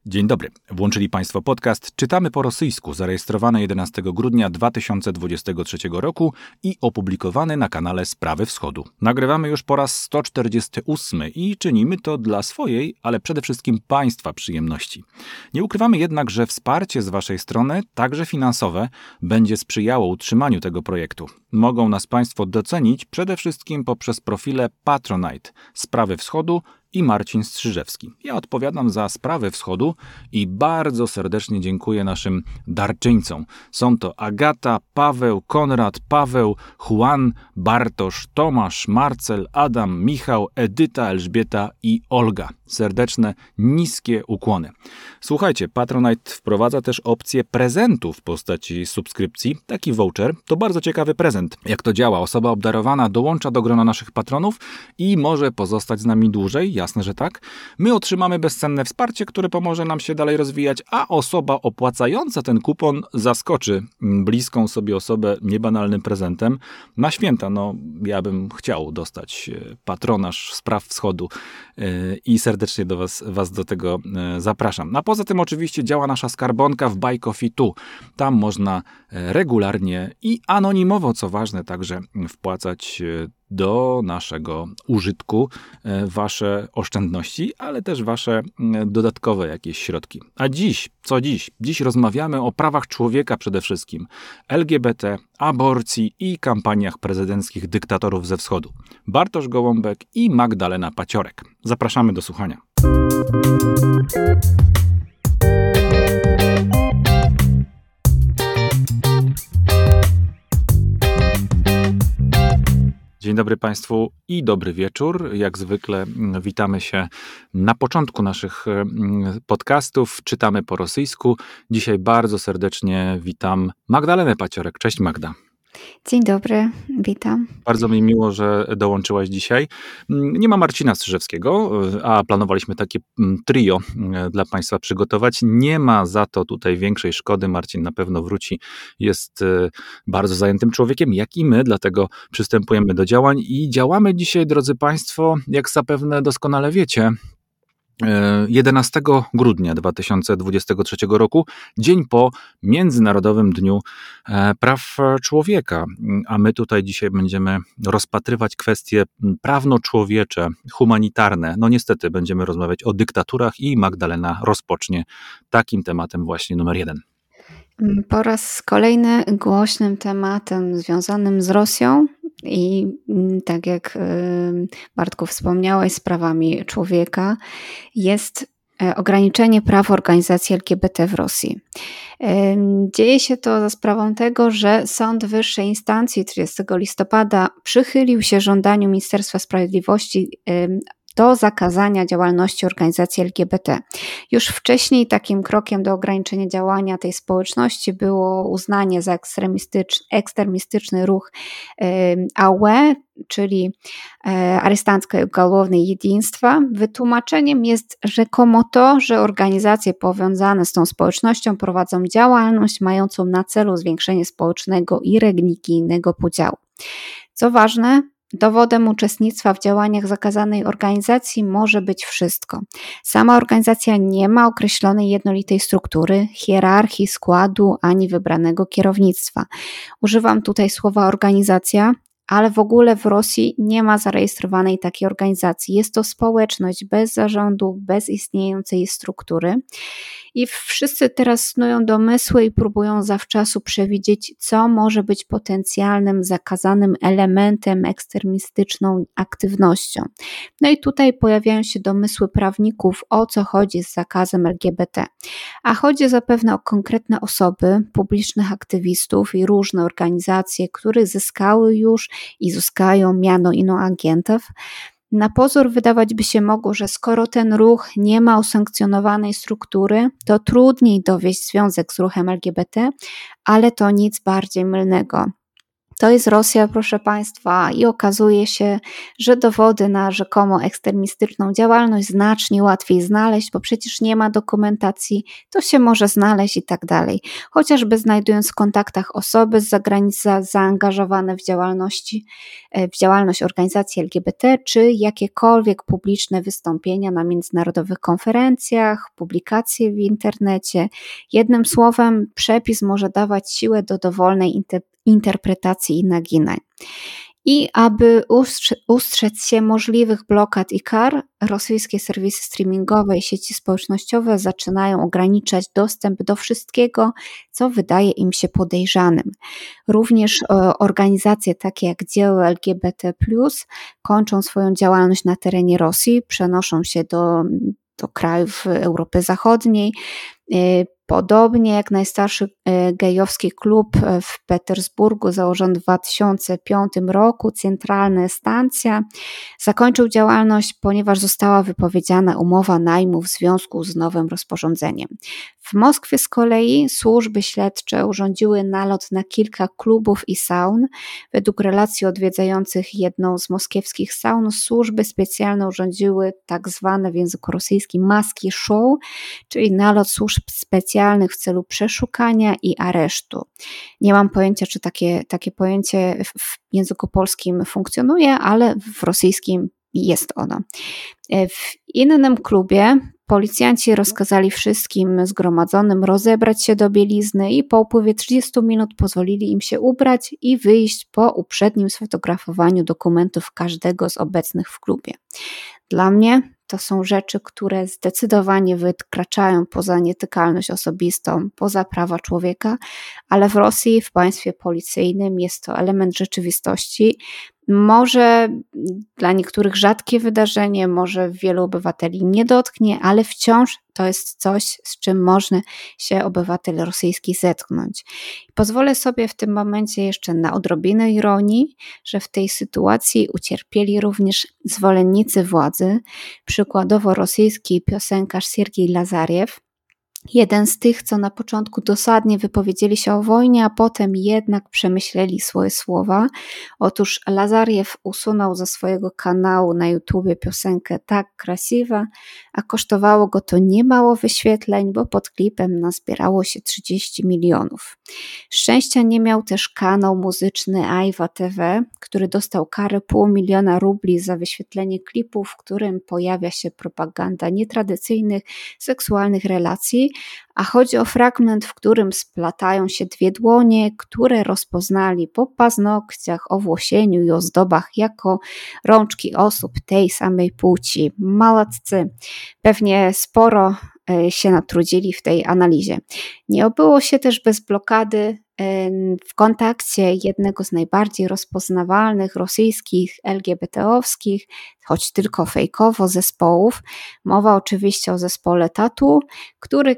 Dzień dobry. Włączyli Państwo podcast Czytamy po rosyjsku, zarejestrowany 11 grudnia 2023 roku i opublikowany na kanale Sprawy Wschodu. Nagrywamy już po raz 148 i czynimy to dla swojej, ale przede wszystkim Państwa przyjemności. Nie ukrywamy jednak, że wsparcie z Waszej strony, także finansowe, będzie sprzyjało utrzymaniu tego projektu. Mogą nas Państwo docenić przede wszystkim poprzez profile Patronite, Sprawy Wschodu i Marcin Strzyżewski. Ja odpowiadam za Sprawy Wschodu i bardzo serdecznie dziękuję naszym darczyńcom. Są to Agata, Paweł, Konrad, Paweł, Juan, Bartosz, Tomasz, Marcel, Adam, Michał, Edyta, Elżbieta i Olga. Serdeczne, niskie ukłony. Słuchajcie, Patronite wprowadza też opcję prezentu w postaci subskrypcji. Taki voucher to bardzo ciekawy prezent. Jak to działa? Osoba obdarowana dołącza do grona naszych patronów i może pozostać z nami dłużej. Jasne, że tak. My otrzymamy bezcenne wsparcie, które pomoże nam się dalej rozwijać, a osoba opłacająca ten kupon zaskoczy bliską sobie osobę niebanalnym prezentem. Na święta, ja bym chciał dostać patronaż Spraw Wschodu i serdecznie Was do tego zapraszam. A poza tym oczywiście działa nasza skarbonka w Buy Coffee Tu. Tam można regularnie i anonimowo, co ważne, także wpłacać do naszego użytku Wasze oszczędności, ale też Wasze dodatkowe jakieś środki. A dziś, co dziś? Dziś rozmawiamy o prawach człowieka przede wszystkim, LGBT, aborcji i kampaniach prezydenckich dyktatorów ze wschodu. Bartosz Gołąbek i Magdalena Paciorek. Zapraszamy do słuchania. Dzień dobry Państwu i dobry wieczór. Jak zwykle witamy się na początku naszych podcastów. Czytamy po rosyjsku. Dzisiaj bardzo serdecznie witam Magdalenę Paciorek. Cześć Magda. Dzień dobry, witam. Bardzo mi miło, że dołączyłaś dzisiaj. Nie ma Marcina Strzyżewskiego, a planowaliśmy takie trio dla Państwa przygotować. Nie ma za to tutaj większej szkody. Marcin na pewno wróci. Jest bardzo zajętym człowiekiem, jak i my, dlatego przystępujemy do działań i działamy dzisiaj, drodzy Państwo, jak zapewne doskonale wiecie, 11 grudnia 2023 roku, dzień po Międzynarodowym Dniu Praw Człowieka. A my tutaj dzisiaj będziemy rozpatrywać kwestie prawno-człowiecze, humanitarne. Niestety będziemy rozmawiać o dyktaturach i Magdalena rozpocznie takim tematem właśnie numer 1. Po raz kolejny głośnym tematem związanym z Rosją i tak jak Bartku wspomniałeś, z prawami człowieka jest ograniczenie praw organizacji LGBT w Rosji. Dzieje się to za sprawą tego, że Sąd Wyższej Instancji 30 listopada przychylił się żądaniu Ministerstwa Sprawiedliwości do zakazania działalności organizacji LGBT. Już wcześniej takim krokiem do ograniczenia działania tej społeczności było uznanie za ekstremistyczny ruch АУЕ, czyli Arestantskie Uголовное Единство. Wytłumaczeniem jest rzekomo to, że organizacje powiązane z tą społecznością prowadzą działalność mającą na celu zwiększenie społecznego i religijnego podziału. Co ważne, dowodem uczestnictwa w działaniach zakazanej organizacji może być wszystko. Sama organizacja nie ma określonej jednolitej struktury, hierarchii, składu ani wybranego kierownictwa. Używam tutaj słowa organizacja, ale w ogóle w Rosji nie ma zarejestrowanej takiej organizacji. Jest to społeczność bez zarządu, bez istniejącej struktury. I wszyscy teraz snują domysły i próbują zawczasu przewidzieć, co może być potencjalnym, zakazanym elementem, ekstremistyczną aktywnością. I tutaj pojawiają się domysły prawników, o co chodzi z zakazem LGBT. A chodzi zapewne o konkretne osoby, publicznych aktywistów i różne organizacje, które zyskały już i zyskają miano inoagentów. Na pozór wydawać by się mogło, że skoro ten ruch nie ma usankcjonowanej struktury, to trudniej dowieść związek z ruchem LGBT, ale to nic bardziej mylnego. To jest Rosja, proszę Państwa, i okazuje się, że dowody na rzekomo ekstremistyczną działalność znacznie łatwiej znaleźć, bo przecież nie ma dokumentacji, to się może znaleźć i tak dalej. Chociażby znajdując w kontaktach osoby z zagranicy zaangażowane w działalność organizacji LGBT, czy jakiekolwiek publiczne wystąpienia na międzynarodowych konferencjach, publikacje w internecie. Jednym słowem, przepis może dawać siłę do dowolnej interpretacji i naginań. I aby ustrzec się możliwych blokad i kar, rosyjskie serwisy streamingowe i sieci społecznościowe zaczynają ograniczać dostęp do wszystkiego, co wydaje im się podejrzanym. Również organizacje takie jak dzieło LGBT+, kończą swoją działalność na terenie Rosji, przenoszą się do krajów Europy Zachodniej. Podobnie jak najstarszy gejowski klub w Petersburgu, założony w 2005 roku, Centralna Stacja, zakończył działalność, ponieważ została wypowiedziana umowa najmu w związku z nowym rozporządzeniem. W Moskwie z kolei służby śledcze urządziły nalot na kilka klubów i saun. Według relacji odwiedzających jedną z moskiewskich saun, służby specjalne urządziły tak zwane w języku rosyjskim maski show, czyli nalot służb specjalnych w celu przeszukania i aresztu. Nie mam pojęcia, czy takie pojęcie w języku polskim funkcjonuje, ale w rosyjskim jest ono. W innym klubie policjanci rozkazali wszystkim zgromadzonym rozebrać się do bielizny i po upływie 30 minut pozwolili im się ubrać i wyjść po uprzednim sfotografowaniu dokumentów każdego z obecnych w klubie. Dla mnie to są rzeczy, które zdecydowanie wykraczają poza nietykalność osobistą, poza prawa człowieka, ale w Rosji, w państwie policyjnym jest to element rzeczywistości. Może dla niektórych rzadkie wydarzenie, może wielu obywateli nie dotknie, ale wciąż to jest coś, z czym może się obywatel rosyjski zetknąć. Pozwolę sobie w tym momencie jeszcze na odrobinę ironii, że w tej sytuacji ucierpieli również zwolennicy władzy, przykładowo rosyjski piosenkarz Sergiej Lazariew, jeden z tych, co na początku dosadnie wypowiedzieli się o wojnie, a potem jednak przemyśleli swoje słowa. Otóż Lazariew usunął ze swojego kanału na YouTubie piosenkę Tak Krasiwa, a kosztowało go to niemało wyświetleń, bo pod klipem nazbierało się 30 milionów. Szczęścia nie miał też kanał muzyczny Ajwa TV, który dostał karę 500 000 rubli za wyświetlenie klipu, w którym pojawia się propaganda nietradycyjnych, seksualnych relacji, a chodzi o fragment, w którym splatają się dwie dłonie, które rozpoznali po paznokciach, owłosieniu i ozdobach jako rączki osób tej samej płci. Malaccy. Pewnie sporo się natrudzili w tej analizie. Nie obyło się też bez blokady w kontakcie jednego z najbardziej rozpoznawalnych rosyjskich LGBT-owskich, choć tylko fejkowo, zespołów. Mowa oczywiście o zespole Tatu, który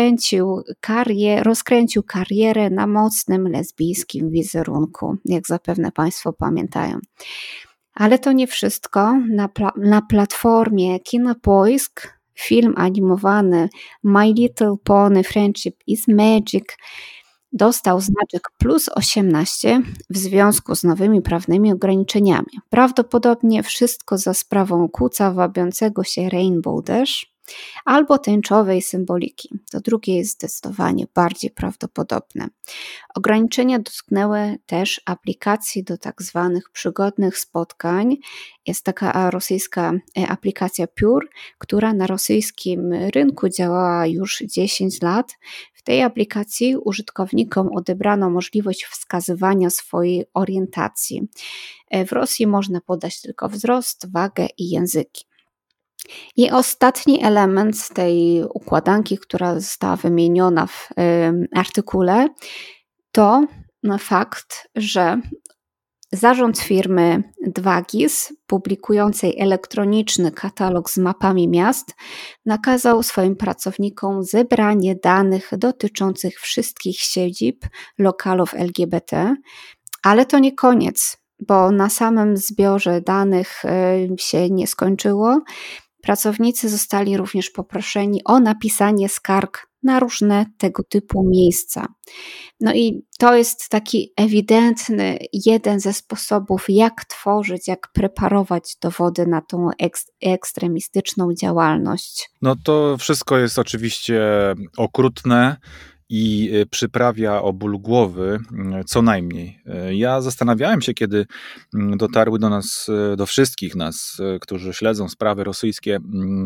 rozkręcił karierę na mocnym lesbijskim wizerunku, jak zapewne Państwo pamiętają. Ale to nie wszystko. Na platformie Kinopoisk film animowany My Little Pony Friendship is Magic dostał znaczek +18 w związku z nowymi prawnymi ograniczeniami. Prawdopodobnie wszystko za sprawą kuca wabiącego się Rainbow Dash albo tęczowej symboliki. To drugie jest zdecydowanie bardziej prawdopodobne. Ograniczenia dotknęły też aplikacji do tak zwanych przygodnych spotkań. Jest taka rosyjska aplikacja Pure, która na rosyjskim rynku działała już 10 lat. W tej aplikacji użytkownikom odebrano możliwość wskazywania swojej orientacji. W Rosji można podać tylko wzrost, wagę i języki. I ostatni element z tej układanki, która została wymieniona w artykule, to fakt, że zarząd firmy 2GIS, publikującej elektroniczny katalog z mapami miast, nakazał swoim pracownikom zebranie danych dotyczących wszystkich siedzib, lokalów LGBT, ale to nie koniec, bo na samym zbiorze danych się nie skończyło. Pracownicy zostali również poproszeni o napisanie skarg na różne tego typu miejsca. No i to jest taki ewidentny jeden ze sposobów, jak tworzyć, jak preparować dowody na tą ekstremistyczną działalność. No to wszystko jest oczywiście okrutne i przyprawia o ból głowy co najmniej. Ja zastanawiałem się, kiedy dotarły do nas, do wszystkich nas, którzy śledzą sprawy rosyjskie,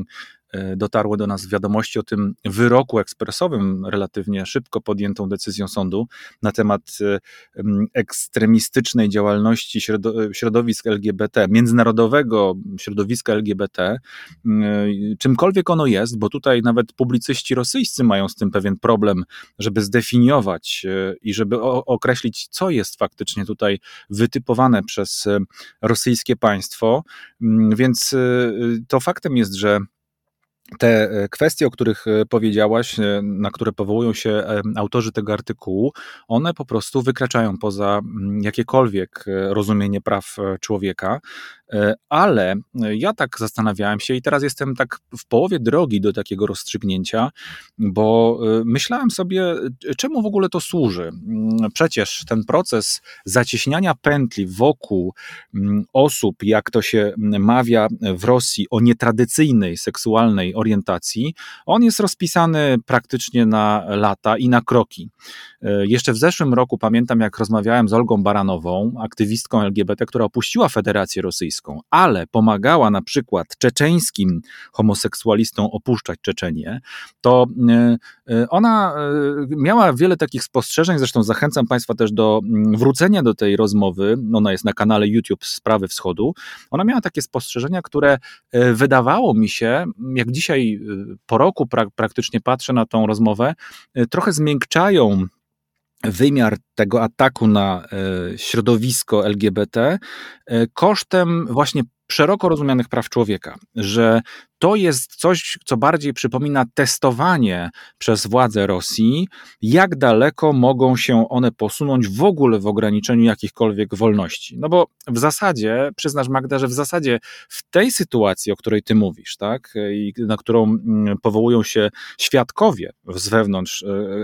dotarły do nas wiadomości o tym wyroku ekspresowym, relatywnie szybko podjętą decyzją sądu na temat ekstremistycznej działalności środowisk LGBT, międzynarodowego środowiska LGBT, czymkolwiek ono jest, bo tutaj nawet publicyści rosyjscy mają z tym pewien problem, żeby zdefiniować i żeby określić, co jest faktycznie tutaj wytypowane przez rosyjskie państwo, więc to faktem jest, że te kwestie, o których powiedziałaś, na które powołują się autorzy tego artykułu, one po prostu wykraczają poza jakiekolwiek rozumienie praw człowieka, ale ja tak zastanawiałem się i teraz jestem tak w połowie drogi do takiego rozstrzygnięcia, bo myślałem sobie, czemu w ogóle to służy. Przecież ten proces zacieśniania pętli wokół osób, jak to się mawia w Rosji, o nietradycyjnej seksualnej orientacji, on jest rozpisany praktycznie na lata i na kroki. Jeszcze w zeszłym roku pamiętam, jak rozmawiałem z Olgą Baranową, aktywistką LGBT, która opuściła Federację Rosyjską, ale pomagała na przykład czeczeńskim homoseksualistom opuszczać Czeczenię, to ona miała wiele takich spostrzeżeń, zresztą zachęcam Państwa też do wrócenia do tej rozmowy, ona jest na kanale YouTube Sprawy Wschodu, ona miała takie spostrzeżenia, które wydawało mi się, jak dzisiaj po roku praktycznie patrzę na tą rozmowę, trochę zmiękczają wymiar tego ataku na środowisko LGBT kosztem właśnie szeroko rozumianych praw człowieka, że to jest coś, co bardziej przypomina testowanie przez władze Rosji, jak daleko mogą się one posunąć w ogóle w ograniczeniu jakichkolwiek wolności. No bo w zasadzie, przyznasz Magda, że w zasadzie w tej sytuacji, o której ty mówisz, tak, i na którą powołują się świadkowie z wewnątrz,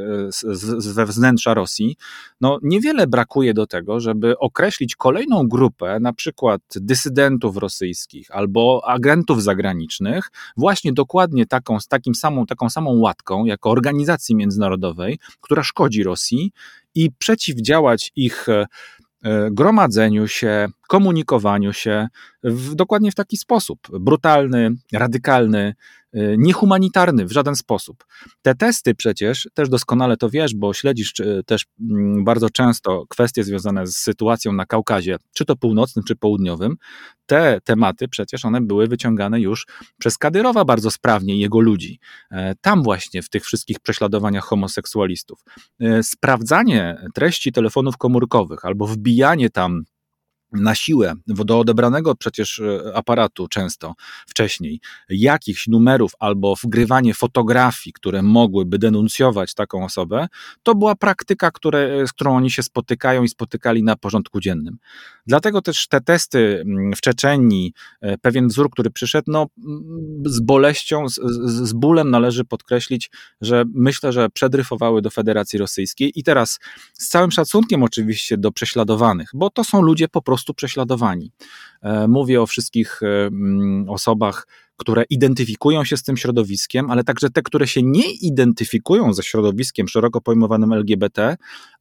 ze wnętrza Rosji, no niewiele brakuje do tego, żeby określić kolejną grupę, na przykład dysydentów rosyjskich albo agentów zagranicznych, właśnie dokładnie taką samą łatką, jako organizacji międzynarodowej, która szkodzi Rosji i przeciwdziałać ich gromadzeniu się, komunikowaniu się dokładnie w taki sposób. Brutalny, radykalny, niehumanitarny w żaden sposób. Te testy przecież, też doskonale to wiesz, bo śledzisz też bardzo często kwestie związane z sytuacją na Kaukazie, czy to północnym, czy południowym. Te tematy przecież one były wyciągane już przez Kadyrowa bardzo sprawnie i jego ludzi. Tam właśnie w tych wszystkich prześladowaniach homoseksualistów. Sprawdzanie treści telefonów komórkowych albo wbijanie tam na siłę do odebranego przecież aparatu często wcześniej jakichś numerów albo wgrywanie fotografii, które mogłyby denuncjować taką osobę, to była praktyka, z którą oni się spotykają i spotykali na porządku dziennym. Dlatego też te testy w Czeczenii, pewien wzór, który przyszedł, no z boleścią, z bólem należy podkreślić, że myślę, że przedryfowały do Federacji Rosyjskiej i teraz z całym szacunkiem oczywiście do prześladowanych, bo to są ludzie po prostu prześladowani. Mówię o wszystkich osobach, które identyfikują się z tym środowiskiem, ale także te, które się nie identyfikują ze środowiskiem szeroko pojmowanym LGBT,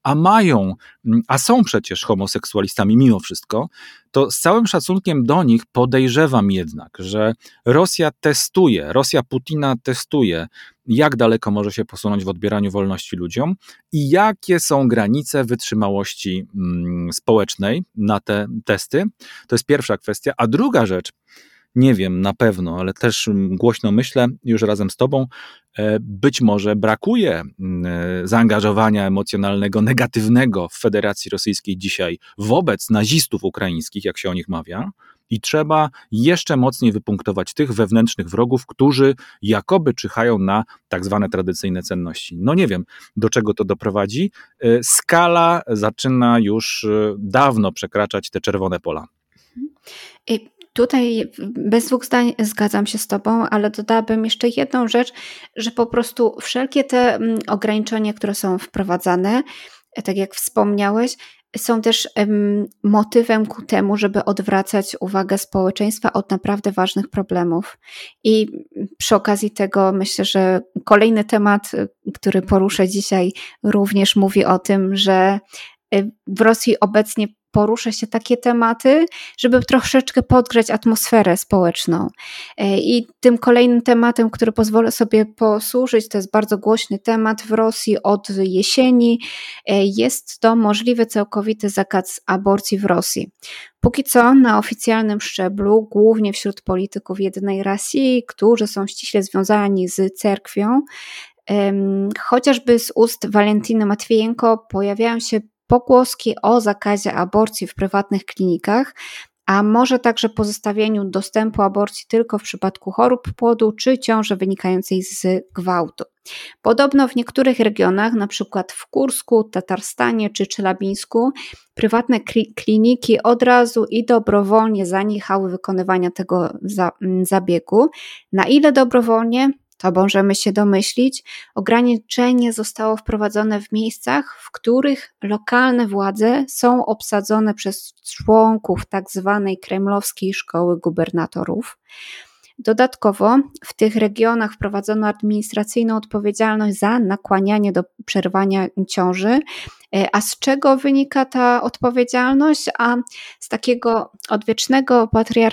a są przecież homoseksualistami mimo wszystko, to z całym szacunkiem do nich podejrzewam jednak, że Rosja Putina testuje, jak daleko może się posunąć w odbieraniu wolności ludziom i jakie są granice wytrzymałości społecznej na te testy. To jest pierwsza kwestia. A druga rzecz, nie wiem na pewno, ale też głośno myślę, już razem z tobą, być może brakuje zaangażowania emocjonalnego, negatywnego w Federacji Rosyjskiej dzisiaj wobec nazistów ukraińskich, jak się o nich mawia, i trzeba jeszcze mocniej wypunktować tych wewnętrznych wrogów, którzy jakoby czyhają na tak zwane tradycyjne cenności. No nie wiem, do czego to doprowadzi. Skala zaczyna już dawno przekraczać te czerwone pola. Tutaj bez dwóch zdań zgadzam się z Tobą, ale dodałabym jeszcze jedną rzecz, że po prostu wszelkie te ograniczenia, które są wprowadzane, tak jak wspomniałeś, są też motywem ku temu, żeby odwracać uwagę społeczeństwa od naprawdę ważnych problemów. I przy okazji tego myślę, że kolejny temat, który poruszę dzisiaj, również mówi o tym, że w Rosji obecnie porusza się takie tematy, żeby troszeczkę podgrzać atmosferę społeczną. I tym kolejnym tematem, który pozwolę sobie posłużyć, to jest bardzo głośny temat w Rosji od jesieni, jest to możliwy całkowity zakaz aborcji w Rosji. Póki co na oficjalnym szczeblu, głównie wśród polityków Jednej Rosji, którzy są ściśle związani z cerkwią, chociażby z ust Walentiny Matwiejenko pojawiają się pogłoski o zakazie aborcji w prywatnych klinikach, a może także pozostawieniu dostępu aborcji tylko w przypadku chorób płodu czy ciąży wynikającej z gwałtu. Podobno w niektórych regionach, na przykład w Kursku, Tatarstanie czy Czelabińsku, prywatne kliniki od razu i dobrowolnie zaniechały wykonywania tego zabiegu. Na ile dobrowolnie? To możemy się domyślić, ograniczenie zostało wprowadzone w miejscach, w których lokalne władze są obsadzone przez członków tzw. kremlowskiej szkoły gubernatorów. Dodatkowo w tych regionach wprowadzono administracyjną odpowiedzialność za nakłanianie do przerwania ciąży. A z czego wynika ta odpowiedzialność? A z takiego odwiecznego,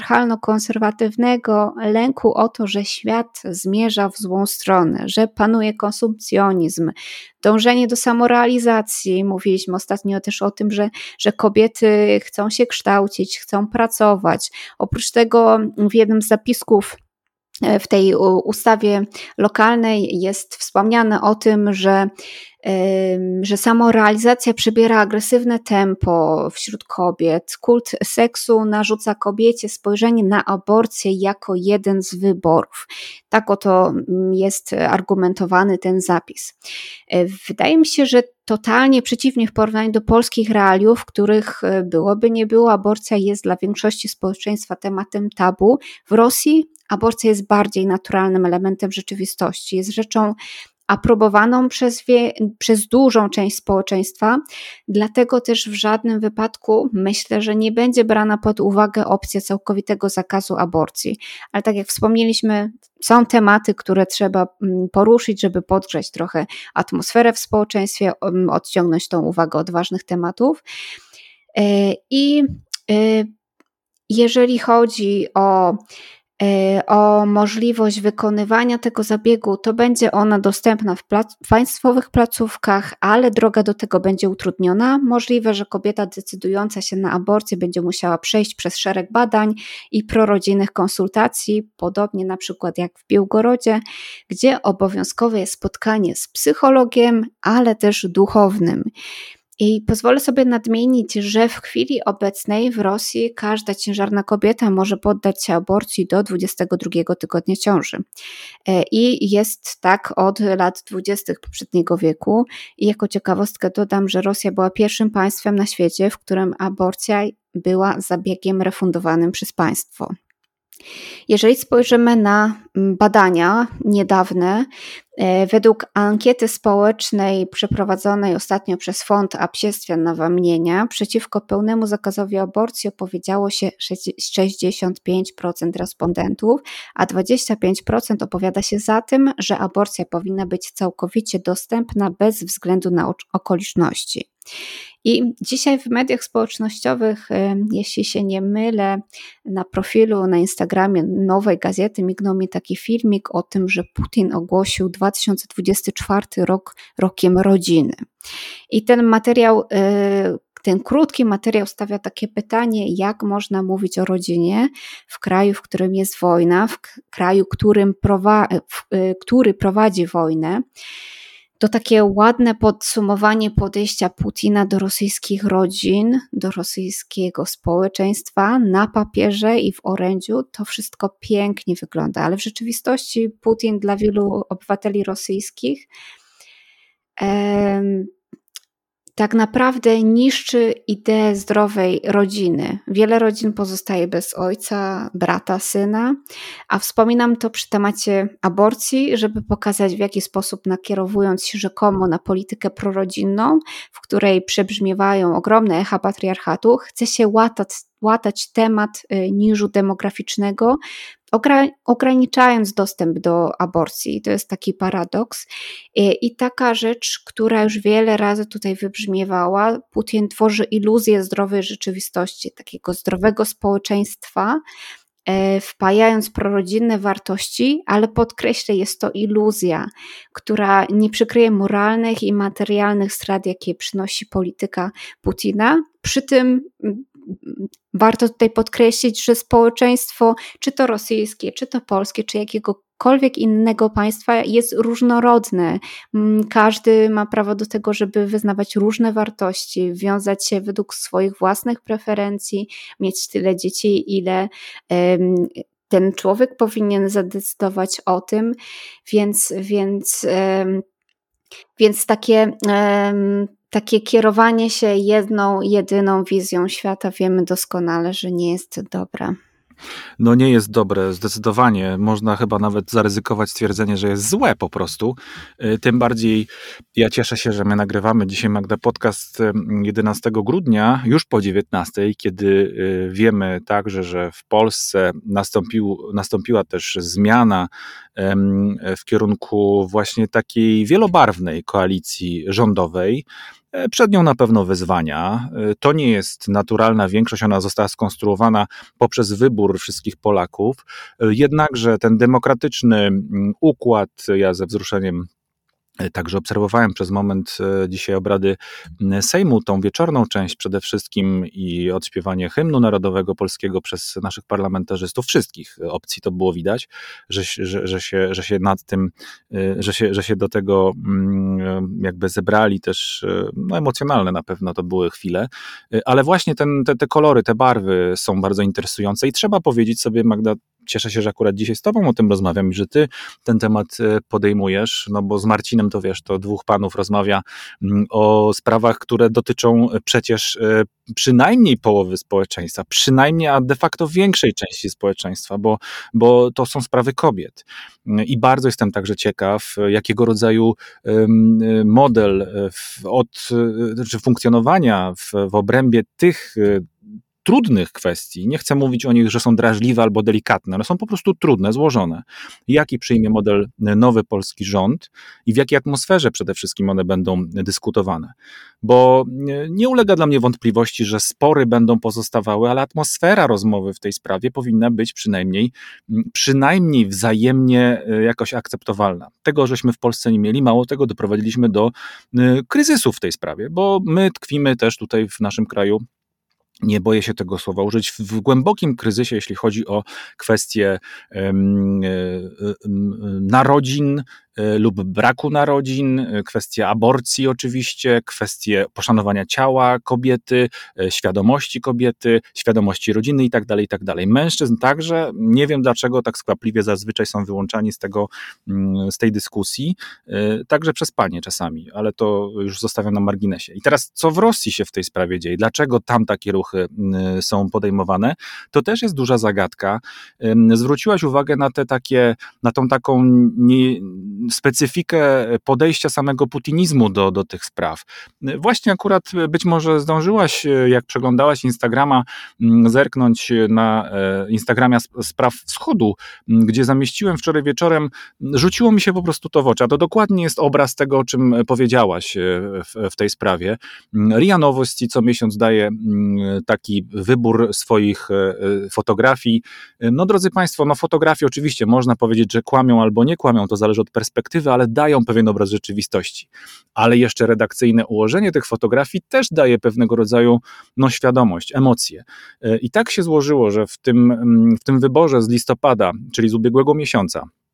patriarchalno-konserwatywnego lęku o to, że świat zmierza w złą stronę, że panuje konsumpcjonizm, dążenie do samorealizacji. Mówiliśmy ostatnio też o tym, że kobiety chcą się kształcić, chcą pracować. Oprócz tego w jednym z zapisków w tej ustawie lokalnej jest wspomniane o tym, że samorealizacja przybiera agresywne tempo wśród kobiet. Kult seksu narzuca kobiecie spojrzenie na aborcję jako jeden z wyborów. Tak oto jest argumentowany ten zapis. Wydaje mi się, że totalnie przeciwnie w porównaniu do polskich realiów, w których byłoby nie było, aborcja jest dla większości społeczeństwa tematem tabu. W Rosji aborcja jest bardziej naturalnym elementem rzeczywistości, jest rzeczą aprobowaną przez dużą część społeczeństwa, dlatego też w żadnym wypadku myślę, że nie będzie brana pod uwagę opcja całkowitego zakazu aborcji. Ale tak jak wspomnieliśmy, są tematy, które trzeba poruszyć, żeby podgrzać trochę atmosferę w społeczeństwie, odciągnąć tą uwagę od ważnych tematów. I jeżeli chodzi o możliwość wykonywania tego zabiegu, to będzie ona dostępna w państwowych placówkach, ale droga do tego będzie utrudniona. Możliwe, że kobieta decydująca się na aborcję będzie musiała przejść przez szereg badań i prorodzinnych konsultacji, podobnie na przykład jak w Białgorodzie, gdzie obowiązkowe jest spotkanie z psychologiem, ale też duchownym. I pozwolę sobie nadmienić, że w chwili obecnej w Rosji każda ciężarna kobieta może poddać się aborcji do 22 tygodnia ciąży. I jest tak od lat 20. poprzedniego wieku. I jako ciekawostkę dodam, że Rosja była pierwszym państwem na świecie, w którym aborcja była zabiegiem refundowanym przez państwo. Jeżeli spojrzymy na badania niedawne, według ankiety społecznej przeprowadzonej ostatnio przez Fond Общественного Nawamienia przeciwko pełnemu zakazowi aborcji opowiedziało się 65% respondentów, a 25% opowiada się za tym, że aborcja powinna być całkowicie dostępna bez względu na okoliczności. I dzisiaj w mediach społecznościowych, jeśli się nie mylę, na profilu na Instagramie Nowej Gazety mignął mi taki filmik o tym, że Putin ogłosił 2024 rok rokiem rodziny. I ten materiał, ten krótki materiał stawia takie pytanie, jak można mówić o rodzinie w kraju, w którym jest wojna, w kraju, który prowadzi wojnę. To takie ładne podsumowanie podejścia Putina do rosyjskich rodzin, do rosyjskiego społeczeństwa na papierze i w orędziu. To wszystko pięknie wygląda, ale w rzeczywistości Putin dla wielu obywateli rosyjskich tak naprawdę niszczy ideę zdrowej rodziny. Wiele rodzin pozostaje bez ojca, brata, syna, a wspominam to przy temacie aborcji, żeby pokazać, w jaki sposób nakierowując się rzekomo na politykę prorodzinną, w której przebrzmiewają ogromne echa patriarchatu, chce się łatać temat niżu demograficznego, ograniczając dostęp do aborcji. To jest taki paradoks. I taka rzecz, która już wiele razy tutaj wybrzmiewała, Putin tworzy iluzję zdrowej rzeczywistości, takiego zdrowego społeczeństwa, wpajając prorodzinne wartości, ale podkreślę, jest to iluzja, która nie przykryje moralnych i materialnych strat, jakie przynosi polityka Putina. Przy tym warto tutaj podkreślić, że społeczeństwo, czy to rosyjskie, czy to polskie, czy jakiegokolwiek innego państwa jest różnorodne. Każdy ma prawo do tego, żeby wyznawać różne wartości, wiązać się według swoich własnych preferencji, mieć tyle dzieci, ile ten człowiek powinien zadecydować o tym, więc takie kierowanie się jedną, jedyną wizją świata wiemy doskonale, że nie jest dobre. No nie jest dobre, zdecydowanie. Można chyba nawet zaryzykować stwierdzenie, że jest złe po prostu. Tym bardziej ja cieszę się, że my nagrywamy dzisiaj, Magda, podcast 11 grudnia, już po 19, kiedy wiemy także, że w Polsce nastąpiła też zmiana w kierunku właśnie takiej wielobarwnej koalicji rządowej. Przed nią na pewno wyzwania. To nie jest naturalna większość, ona została skonstruowana poprzez wybór wszystkich Polaków. Jednakże ten demokratyczny układ, ja ze wzruszeniem także obserwowałem przez moment dzisiaj obrady Sejmu, tą wieczorną część przede wszystkim i odśpiewanie hymnu narodowego polskiego przez naszych parlamentarzystów, wszystkich opcji to było widać, że się nad tym, że się do tego jakby zebrali też, no emocjonalne na pewno to były chwile, ale właśnie te kolory, te barwy są bardzo interesujące i trzeba powiedzieć sobie, Magda, cieszę się, że akurat dzisiaj z tobą o tym rozmawiam i że ty ten temat podejmujesz, no bo z Marcinem to wiesz, to dwóch panów rozmawia o sprawach, które dotyczą przecież przynajmniej połowy społeczeństwa, przynajmniej, a de facto większej części społeczeństwa, bo to są sprawy kobiet. I bardzo jestem także ciekaw, jakiego rodzaju model funkcjonowania w obrębie tych trudnych kwestii, nie chcę mówić o nich, że są drażliwe albo delikatne, one są po prostu trudne, złożone. Jaki przyjmie model nowy polski rząd i w jakiej atmosferze przede wszystkim one będą dyskutowane. Bo nie ulega dla mnie wątpliwości, że spory będą pozostawały, ale atmosfera rozmowy w tej sprawie powinna być przynajmniej wzajemnie jakoś akceptowalna. Tego żeśmy w Polsce nie mieli, mało tego doprowadziliśmy do kryzysu w tej sprawie, bo my tkwimy też tutaj w naszym kraju, nie boję się tego słowa użyć, w głębokim kryzysie, jeśli chodzi o kwestie narodzin lub braku narodzin, kwestie aborcji oczywiście, kwestie poszanowania ciała kobiety, świadomości kobiety, świadomości rodziny i tak dalej. Mężczyzn także, nie wiem dlaczego tak skwapliwie zazwyczaj są wyłączani z tej dyskusji, także przez panie czasami, ale to już zostawiam na marginesie. I teraz co w Rosji się w tej sprawie dzieje? Dlaczego tam takie ruchy są podejmowane? To też jest duża zagadka. Zwróciłaś uwagę na tą taką specyfikę podejścia samego putinizmu do tych spraw. Właśnie akurat być może zdążyłaś, jak przeglądałaś Instagrama, zerknąć na Instagramie Spraw Wschodu, gdzie zamieściłem wczoraj wieczorem, rzuciło mi się po prostu to w oczy, a to dokładnie jest obraz tego, o czym powiedziałaś w tej sprawie. RIA Nowości co miesiąc daje taki wybór swoich fotografii. No drodzy Państwo, no fotografie oczywiście można powiedzieć, że kłamią albo nie kłamią, to zależy od perspektywy, ale dają pewien obraz rzeczywistości. Ale jeszcze redakcyjne ułożenie tych fotografii też daje pewnego rodzaju świadomość, emocje. I tak się złożyło, że w tym wyborze z listopada, czyli z ubiegłego miesiąca,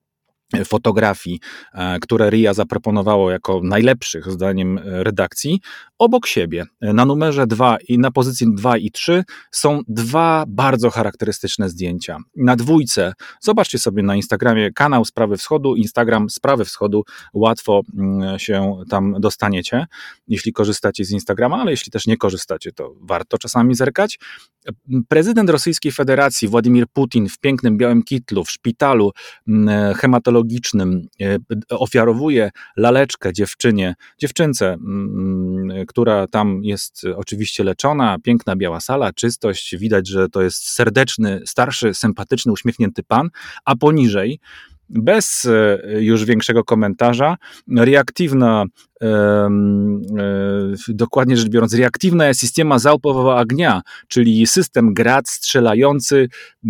fotografii, które RIA zaproponowało jako najlepszych zdaniem redakcji, obok siebie. Na numerze 2 i na pozycji 2 i 3 są dwa bardzo charakterystyczne zdjęcia. Na dwójce, zobaczcie sobie na Instagramie kanał Sprawy Wschodu, Instagram Sprawy Wschodu, łatwo się tam dostaniecie, jeśli korzystacie z Instagrama, ale jeśli też nie korzystacie, to warto czasami zerkać. Prezydent Rosyjskiej Federacji Władimir Putin w pięknym białym kitlu, w szpitalu hematologicznym ofiarowuje laleczkę dziewczynce, która tam jest oczywiście leczona, piękna biała sala, czystość, widać, że to jest serdeczny, starszy, sympatyczny, uśmiechnięty pan, a poniżej bez już większego komentarza, dokładnie rzecz biorąc, reaktywna systema залпового огня, czyli system Grad strzelający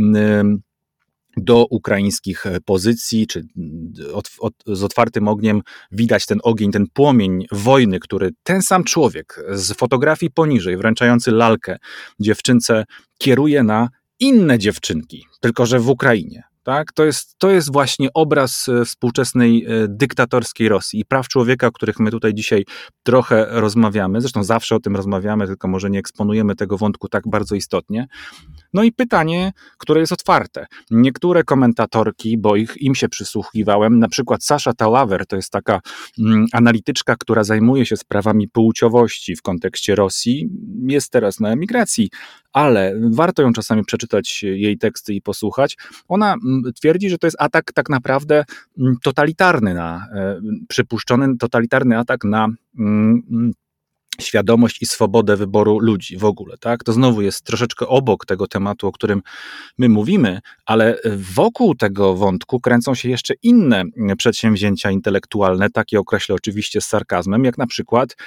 do ukraińskich pozycji, czy z otwartym ogniem widać ten ogień, ten płomień wojny, który ten sam człowiek z fotografii poniżej, wręczający lalkę dziewczynce, kieruje na inne dziewczynki, tylko że w Ukrainie. Tak? To jest właśnie obraz współczesnej dyktatorskiej Rosji i praw człowieka, o których my tutaj dzisiaj trochę rozmawiamy. Zresztą zawsze o tym rozmawiamy, tylko może nie eksponujemy tego wątku tak bardzo istotnie. No i pytanie, które jest otwarte. Niektóre komentatorki, bo im się przysłuchiwałem, na przykład Sasha Talawer, to jest taka analityczka, która zajmuje się sprawami płciowości w kontekście Rosji, jest teraz na emigracji, ale warto ją czasami przeczytać, jej teksty i posłuchać. Ona twierdzi, że to jest atak tak naprawdę totalitarny, przypuszczony totalitarny atak na świadomość i swobodę wyboru ludzi w ogóle, tak? To znowu jest troszeczkę obok tego tematu, o którym my mówimy, ale wokół tego wątku kręcą się jeszcze inne przedsięwzięcia intelektualne, takie określę oczywiście z sarkazmem, jak na przykład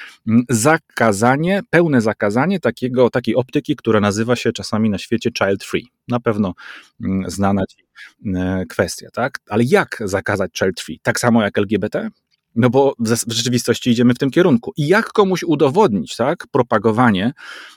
pełne zakazanie takiej optyki, która nazywa się czasami na świecie child free. Na pewno znana ci kwestia, tak? Ale jak zakazać child free? Tak samo jak LGBT? No bo w rzeczywistości idziemy w tym kierunku. I jak komuś udowodnić, tak, propagowanie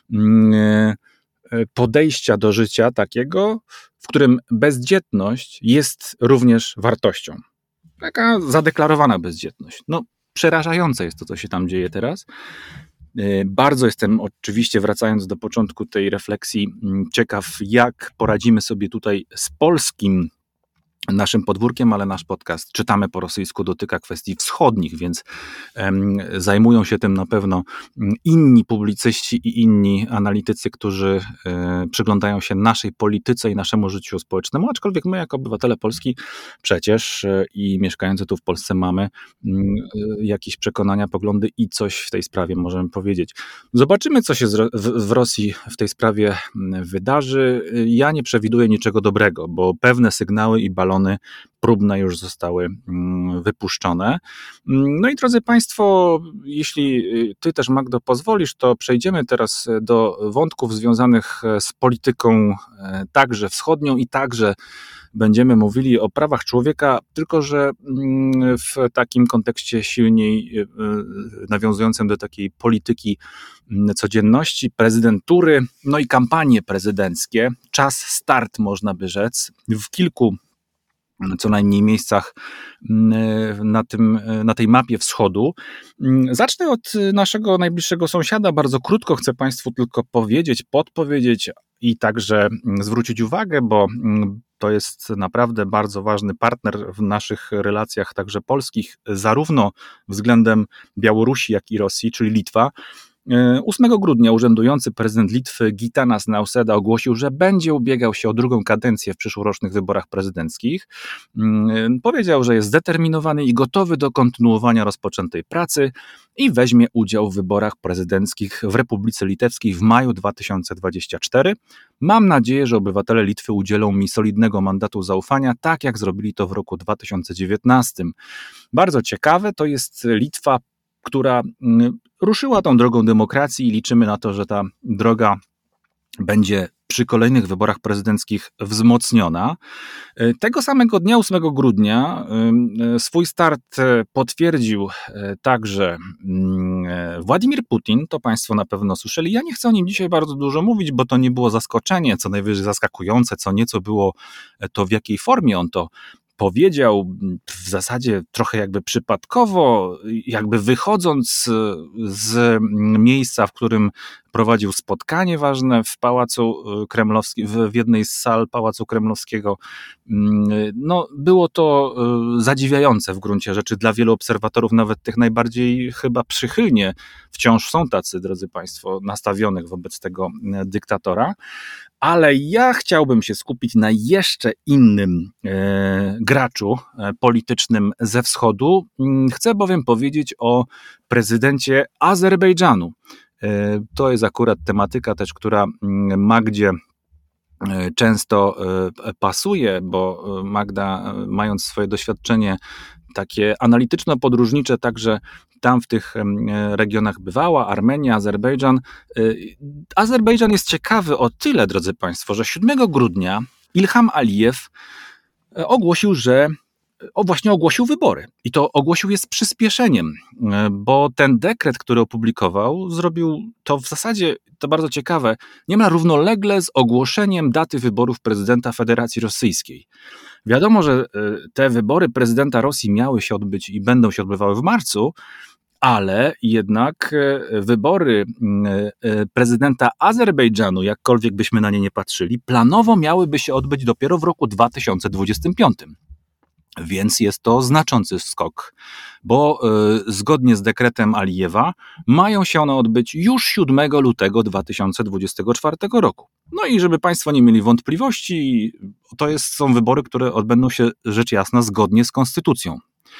podejścia do życia takiego, w którym bezdzietność jest również wartością. Taka zadeklarowana bezdzietność. No, przerażające jest to, co się tam dzieje teraz. Bardzo jestem oczywiście, wracając do początku tej refleksji, ciekaw, jak poradzimy sobie tutaj z polskim naszym podwórkiem, ale nasz podcast Czytamy po rosyjsku dotyka kwestii wschodnich, więc zajmują się tym na pewno inni publicyści i inni analitycy, którzy przyglądają się naszej polityce i naszemu życiu społecznemu, aczkolwiek my jako obywatele Polski przecież i mieszkający tu w Polsce mamy jakieś przekonania, poglądy i coś w tej sprawie możemy powiedzieć. Zobaczymy, co się w Rosji w tej sprawie wydarzy. Ja nie przewiduję niczego dobrego, bo pewne sygnały i balony próbne już zostały wypuszczone. No i drodzy Państwo, jeśli Ty też, Magdo, pozwolisz, to przejdziemy teraz do wątków związanych z polityką także wschodnią i także będziemy mówili o prawach człowieka, tylko że w takim kontekście silniej nawiązującym do takiej polityki codzienności, prezydentury, no i kampanie prezydenckie. Czas start, można by rzec, w kilku co najmniej miejscach na tej mapie wschodu. Zacznę od naszego najbliższego sąsiada. Bardzo krótko chcę Państwu tylko powiedzieć, podpowiedzieć i także zwrócić uwagę, bo to jest naprawdę bardzo ważny partner w naszych relacjach także polskich, zarówno względem Białorusi, jak i Rosji, czyli Litwa. 8 grudnia urzędujący prezydent Litwy Gitanas Nausėda ogłosił, że będzie ubiegał się o drugą kadencję w przyszłorocznych wyborach prezydenckich. Powiedział, że jest zdeterminowany i gotowy do kontynuowania rozpoczętej pracy i weźmie udział w wyborach prezydenckich w Republice Litewskiej w maju 2024. Mam nadzieję, że obywatele Litwy udzielą mi solidnego mandatu zaufania, tak jak zrobili to w roku 2019. Bardzo ciekawe, to jest Litwa, która ruszyła tą drogą demokracji i liczymy na to, że ta droga będzie przy kolejnych wyborach prezydenckich wzmocniona. Tego samego dnia, 8 grudnia, swój start potwierdził także Władimir Putin, to Państwo na pewno słyszeli. Ja nie chcę o nim dzisiaj bardzo dużo mówić, bo to nie było zaskoczenie, co najwyżej zaskakujące, co nieco było to, w jakiej formie on to powiedział w zasadzie trochę jakby przypadkowo, jakby wychodząc z miejsca, w którym prowadził spotkanie ważne w Pałacu Kremlowskim, w jednej z sal Pałacu Kremlowskiego. No, było to zadziwiające w gruncie rzeczy dla wielu obserwatorów, nawet tych najbardziej chyba przychylnie, wciąż są tacy, drodzy Państwo, nastawionych wobec tego dyktatora. Ale ja chciałbym się skupić na jeszcze innym graczu politycznym ze wschodu. Chcę bowiem powiedzieć o prezydencie Azerbejdżanu. To jest akurat tematyka też, która Magdzie często pasuje, bo Magda, mając swoje doświadczenie takie analityczno-podróżnicze, także tam w tych regionach bywała, Armenia, Azerbejdżan. Azerbejdżan jest ciekawy o tyle, drodzy Państwo, że 7 grudnia Ilham Alijew ogłosił wybory. I to ogłosił je z przyspieszeniem, bo ten dekret, który opublikował, zrobił to w zasadzie, to bardzo ciekawe, niemal równolegle z ogłoszeniem daty wyborów prezydenta Federacji Rosyjskiej. Wiadomo, że te wybory prezydenta Rosji miały się odbyć i będą się odbywały w marcu, ale jednak wybory prezydenta Azerbejdżanu, jakkolwiek byśmy na nie nie patrzyli, planowo miałyby się odbyć dopiero w roku 2025. Więc jest to znaczący skok, bo zgodnie z dekretem Alijewa mają się one odbyć już 7 lutego 2024 roku. No i żeby Państwo nie mieli wątpliwości, są wybory, które odbędą się rzecz jasna zgodnie z konstytucją.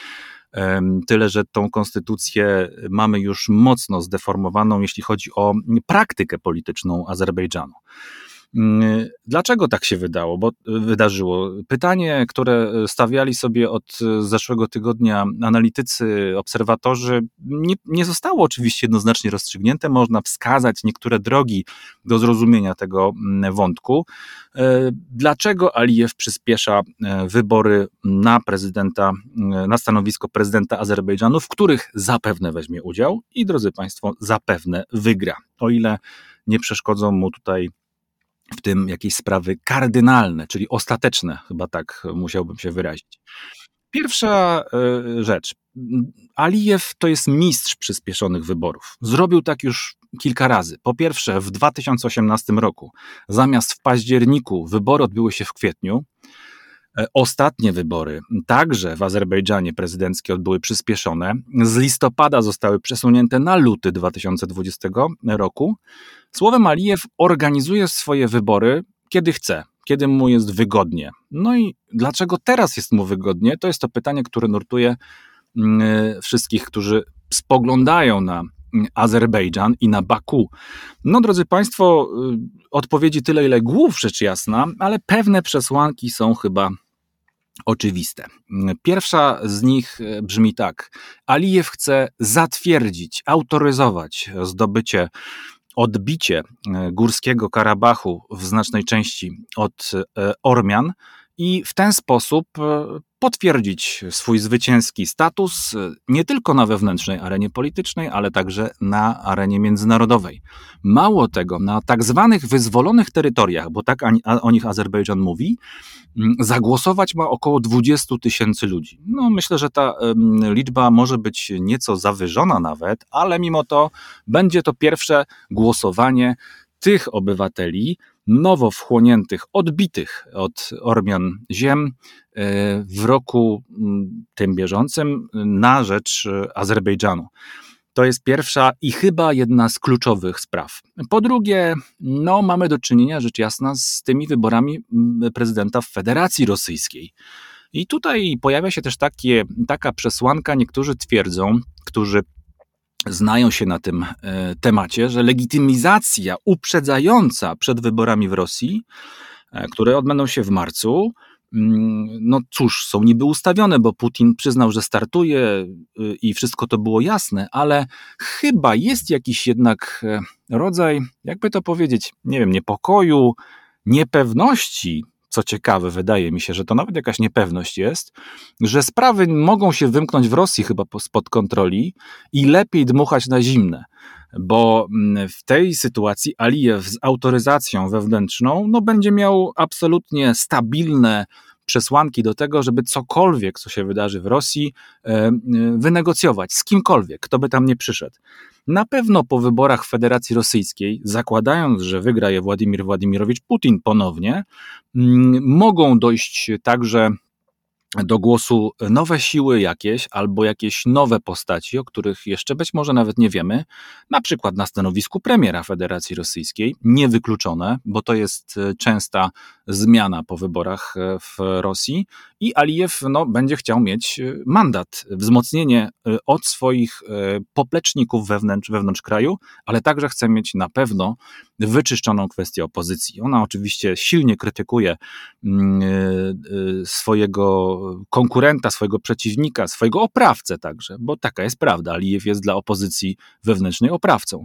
Tyle, że tą konstytucję mamy już mocno zdeformowaną, jeśli chodzi o praktykę polityczną Azerbejdżanu. Dlaczego tak się wydarzyło? Pytanie, które stawiali sobie od zeszłego tygodnia analitycy, obserwatorzy, nie zostało oczywiście jednoznacznie rozstrzygnięte. Można wskazać niektóre drogi do zrozumienia tego wątku. Dlaczego Alijew przyspiesza wybory na stanowisko prezydenta Azerbejdżanu, w których zapewne weźmie udział i, drodzy Państwo, zapewne wygra, o ile nie przeszkodzą mu tutaj w tym jakieś sprawy kardynalne, czyli ostateczne, chyba tak musiałbym się wyrazić. Pierwsza rzecz. Alijew to jest mistrz przyspieszonych wyborów. Zrobił tak już kilka razy. Po pierwsze, w 2018 roku, zamiast w październiku, wybory odbyły się w kwietniu. Ostatnie wybory, także w Azerbejdżanie prezydenckie, odbyły przyspieszone. Z listopada zostały przesunięte na luty 2020 roku. Słowem, Alijew organizuje swoje wybory, kiedy chce, kiedy mu jest wygodnie. No i dlaczego teraz jest mu wygodnie? To jest to pytanie, które nurtuje wszystkich, którzy spoglądają na Azerbejdżan i na Baku. No, drodzy Państwo, odpowiedzi tyle, ile głów, rzecz jasna, ale pewne przesłanki są chyba oczywiste. Pierwsza z nich brzmi tak. Alijew chce zatwierdzić, autoryzować odbicie Górskiego Karabachu w znacznej części od Ormian i w ten sposób potwierdzić swój zwycięski status nie tylko na wewnętrznej arenie politycznej, ale także na arenie międzynarodowej. Mało tego, na tak zwanych wyzwolonych terytoriach, bo tak o nich Azerbejdżan mówi, zagłosować ma około 20 000 ludzi. No, myślę, że ta liczba może być nieco zawyżona nawet, ale mimo to będzie to pierwsze głosowanie tych obywateli nowo wchłoniętych, odbitych od Ormian ziem w roku tym bieżącym na rzecz Azerbejdżanu. To jest pierwsza i chyba jedna z kluczowych spraw. Po drugie, mamy do czynienia, rzecz jasna, z tymi wyborami prezydenta w Federacji Rosyjskiej. I tutaj pojawia się też taka przesłanka, niektórzy twierdzą, którzy znają się na tym temacie, że legitymizacja uprzedzająca przed wyborami w Rosji, które odbędą się w marcu, no cóż, są niby ustawione, bo Putin przyznał, że startuje i wszystko to było jasne, ale chyba jest jakiś jednak rodzaj, jakby to powiedzieć, nie wiem, niepokoju, niepewności. Co ciekawe, wydaje mi się, że to nawet jakaś niepewność jest, że sprawy mogą się wymknąć w Rosji chyba spod kontroli i lepiej dmuchać na zimne, bo w tej sytuacji Alijew z autoryzacją wewnętrzną będzie miał absolutnie stabilne, przesłanki do tego, żeby cokolwiek, co się wydarzy w Rosji, wynegocjować z kimkolwiek, kto by tam nie przyszedł. Na pewno po wyborach w Federacji Rosyjskiej, zakładając, że wygra je Władimir Władimirowicz Putin ponownie, mogą dojść także do głosu nowe siły jakieś, albo jakieś nowe postaci, o których jeszcze być może nawet nie wiemy, na przykład na stanowisku premiera Federacji Rosyjskiej, niewykluczone, bo to jest częsta zmiana po wyborach w Rosji i Alijew będzie chciał mieć mandat, wzmocnienie od swoich popleczników wewnątrz kraju, ale także chce mieć na pewno wyczyszczoną kwestię opozycji. Ona oczywiście silnie krytykuje swojego konkurenta, swojego przeciwnika, swojego oprawcę także, bo taka jest prawda, Alijew jest dla opozycji wewnętrznej oprawcą.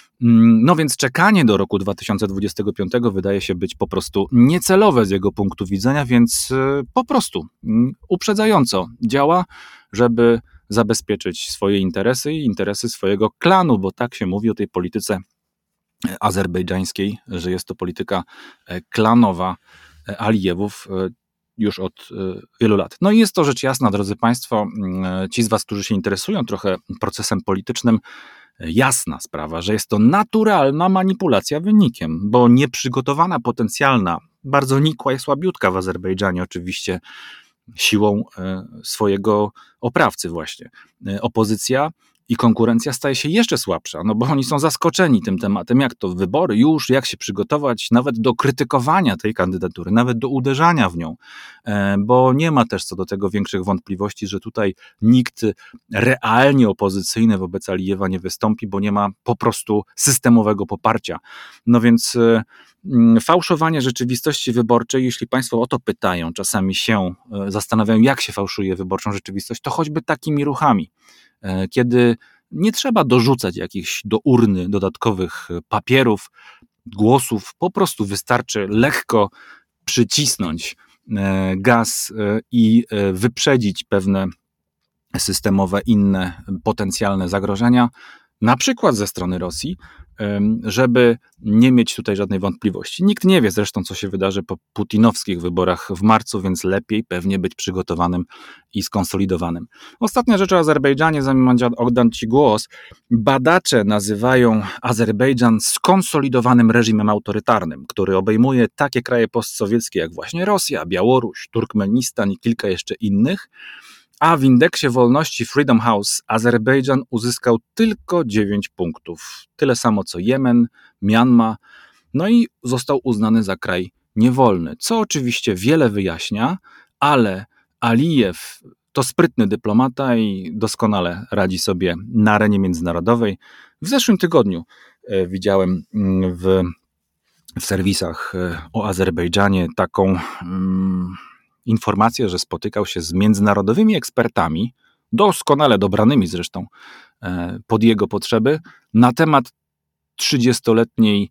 No więc czekanie do roku 2025 wydaje się być po prostu niecelowe z jego punktu widzenia, więc po prostu uprzedzająco działa, żeby zabezpieczyć swoje interesy i interesy swojego klanu, bo tak się mówi o tej polityce azerbejdżańskiej, że jest to polityka klanowa Alijewów już od wielu lat. No i jest to rzecz jasna, drodzy Państwo, ci z Was, którzy się interesują trochę procesem politycznym, jasna sprawa, że jest to naturalna manipulacja wynikiem, bo nieprzygotowana, potencjalna, bardzo nikła i słabiutka w Azerbejdżanie oczywiście siłą swojego oprawcy właśnie. Opozycja i konkurencja staje się jeszcze słabsza, no bo oni są zaskoczeni tym tematem, jak to wybory już, jak się przygotować nawet do krytykowania tej kandydatury, nawet do uderzania w nią, bo nie ma też co do tego większych wątpliwości, że tutaj nikt realnie opozycyjny wobec Alijewa nie wystąpi, bo nie ma po prostu systemowego poparcia. No więc fałszowanie rzeczywistości wyborczej, jeśli Państwo o to pytają, czasami się zastanawiają, jak się fałszuje wyborczą rzeczywistość, to choćby takimi ruchami, kiedy nie trzeba dorzucać jakichś do urny dodatkowych papierów, głosów, po prostu wystarczy lekko przycisnąć gaz i wyprzedzić pewne systemowe, inne potencjalne zagrożenia, na przykład ze strony Rosji, żeby nie mieć tutaj żadnej wątpliwości. Nikt nie wie zresztą, co się wydarzy po putinowskich wyborach w marcu, więc lepiej pewnie być przygotowanym i skonsolidowanym. Ostatnia rzecz o Azerbejdżanie, zanim oddam Ci głos. Badacze nazywają Azerbejdżan skonsolidowanym reżimem autorytarnym, który obejmuje takie kraje postsowieckie jak właśnie Rosja, Białoruś, Turkmenistan i kilka jeszcze innych, a w indeksie wolności Freedom House Azerbejdżan uzyskał tylko 9 punktów. Tyle samo co Jemen, Mjanma, no i został uznany za kraj niewolny, co oczywiście wiele wyjaśnia, ale Alijew to sprytny dyplomata i doskonale radzi sobie na arenie międzynarodowej. W zeszłym tygodniu widziałem w serwisach o Azerbejdżanie taką informację, że spotykał się z międzynarodowymi ekspertami, doskonale dobranymi zresztą pod jego potrzeby, na temat 30-letniej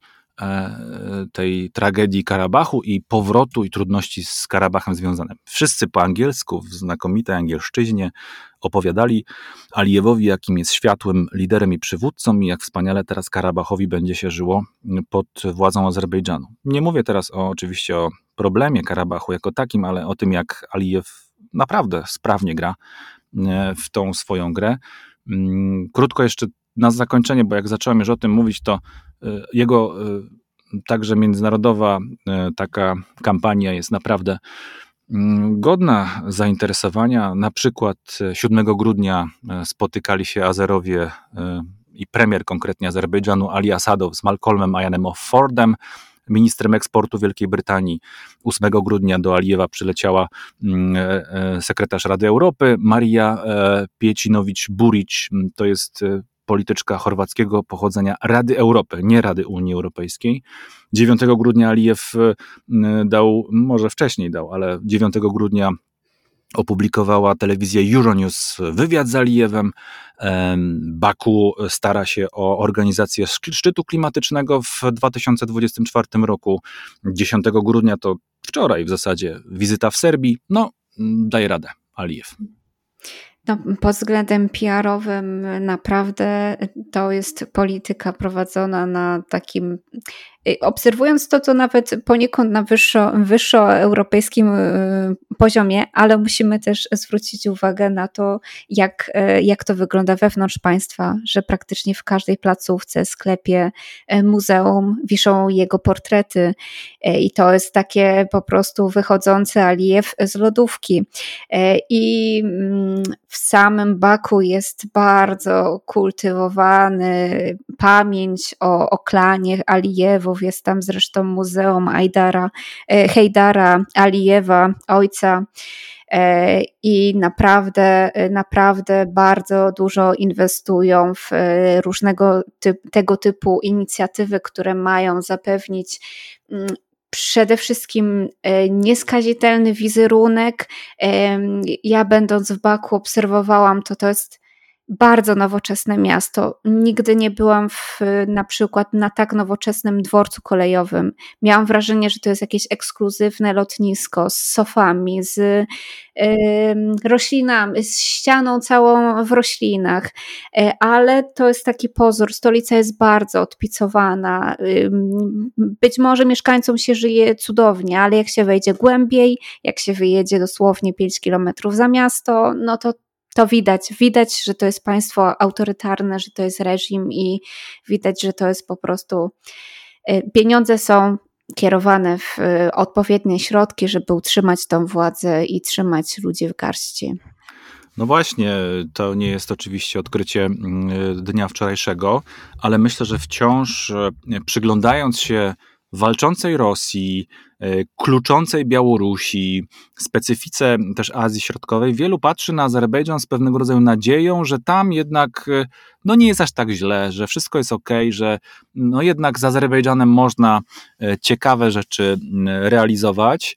tej tragedii Karabachu i powrotu i trudności z Karabachem związane. Wszyscy po angielsku, w znakomitej angielszczyźnie opowiadali Alijewowi, jakim jest światłym liderem i przywódcą i jak wspaniale teraz Karabachowi będzie się żyło pod władzą Azerbejdżanu. Nie mówię teraz oczywiście o problemie Karabachu jako takim, ale o tym, jak Alijew naprawdę sprawnie gra w tą swoją grę. Krótko jeszcze na zakończenie, bo jak zacząłem już o tym mówić, to jego także międzynarodowa taka kampania jest naprawdę godna zainteresowania. Na przykład 7 grudnia spotykali się Azerowie i premier konkretnie Azerbejdżanu Ali Asadow z Malcolmem Ayanem Fordem, ministrem eksportu Wielkiej Brytanii. 8 grudnia do Alijewa przyleciała sekretarz Rady Europy Marija Piecinowicz-Burić, to jest polityczka chorwackiego pochodzenia Rady Europy, nie Rady Unii Europejskiej. 9 grudnia Alijew dał, może wcześniej dał, ale 9 grudnia opublikowała telewizja Euronews wywiad z Alijewem. Baku stara się o organizację szczytu klimatycznego w 2024 roku. 10 grudnia to wczoraj w zasadzie wizyta w Serbii. No, daje radę Alijew. No, pod względem PR-owym naprawdę to jest polityka prowadzona na takim obserwując to nawet poniekąd na wyższoeuropejskim poziomie, ale musimy też zwrócić uwagę na to, jak to wygląda wewnątrz państwa, że praktycznie w każdej placówce, sklepie, muzeum wiszą jego portrety i to jest takie po prostu wychodzący Alijew z lodówki. I w samym Baku jest bardzo kultywowany pamięć o klanie Alijewów. Jest tam zresztą Muzeum Hejdara Alijewa, ojca. I naprawdę bardzo dużo inwestują w różnego tego typu inicjatywy, które mają zapewnić przede wszystkim nieskazitelny wizerunek. Ja będąc w Baku obserwowałam to jest bardzo nowoczesne miasto. Nigdy nie byłam na przykład na tak nowoczesnym dworcu kolejowym. Miałam wrażenie, że to jest jakieś ekskluzywne lotnisko z sofami, z roślinami, z ścianą całą w roślinach, ale to jest taki pozór. Stolica jest bardzo odpicowana. Być może mieszkańcom się żyje cudownie, ale jak się wejdzie głębiej, jak się wyjedzie dosłownie 5 kilometrów za miasto, no to widać, że to jest państwo autorytarne, że to jest reżim i widać, że to jest po prostu pieniądze są kierowane w odpowiednie środki, żeby utrzymać tą władzę i trzymać ludzi w garści. No właśnie, to nie jest oczywiście odkrycie dnia wczorajszego, ale myślę, że wciąż przyglądając się walczącej Rosji, kluczącej Białorusi, specyfice też Azji Środkowej, wielu patrzy na Azerbejdżan z pewnego rodzaju nadzieją, że tam jednak nie jest aż tak źle, że wszystko jest okej, że jednak z Azerbejdżanem można ciekawe rzeczy realizować.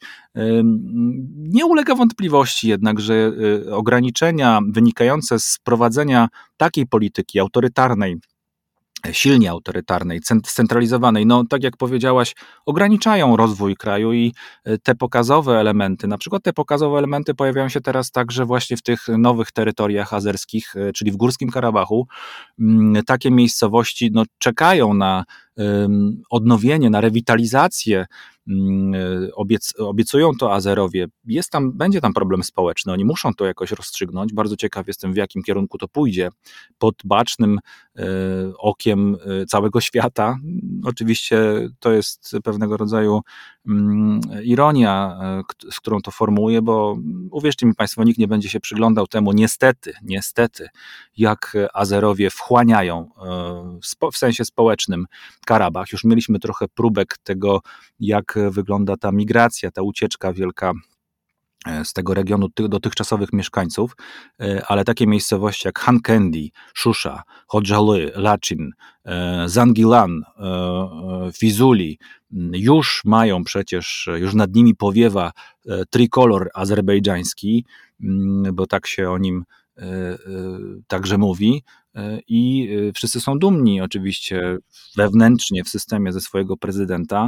Nie ulega wątpliwości jednak, że ograniczenia wynikające z prowadzenia takiej polityki autorytarnej, silnie autorytarnej, scentralizowanej, tak jak powiedziałaś, ograniczają rozwój kraju i te pokazowe elementy, na przykład te pokazowe elementy pojawiają się teraz także właśnie w tych nowych terytoriach azerskich, czyli w Górskim Karabachu. Takie miejscowości czekają na odnowienie, na rewitalizację. Obiecują to Azerowie. Będzie tam problem społeczny, oni muszą to jakoś rozstrzygnąć. Bardzo ciekaw jestem, w jakim kierunku to pójdzie. Pod bacznym okiem całego świata. Oczywiście to jest pewnego rodzaju ironia, z którą to formułuję, bo uwierzcie mi Państwo, nikt nie będzie się przyglądał temu niestety, jak Azerowie wchłaniają w sensie społecznym Karabach. Już mieliśmy trochę próbek tego, jak wygląda ta migracja, ta ucieczka wielka z tego regionu dotychczasowych mieszkańców, ale takie miejscowości jak Hankendi, Shusha, Hodżaly, Lachin, Zangilan, Fizuli już mają przecież, już nad nimi powiewa trikolor azerbejdżański, bo tak się o nim także mówi i wszyscy są dumni oczywiście wewnętrznie w systemie ze swojego prezydenta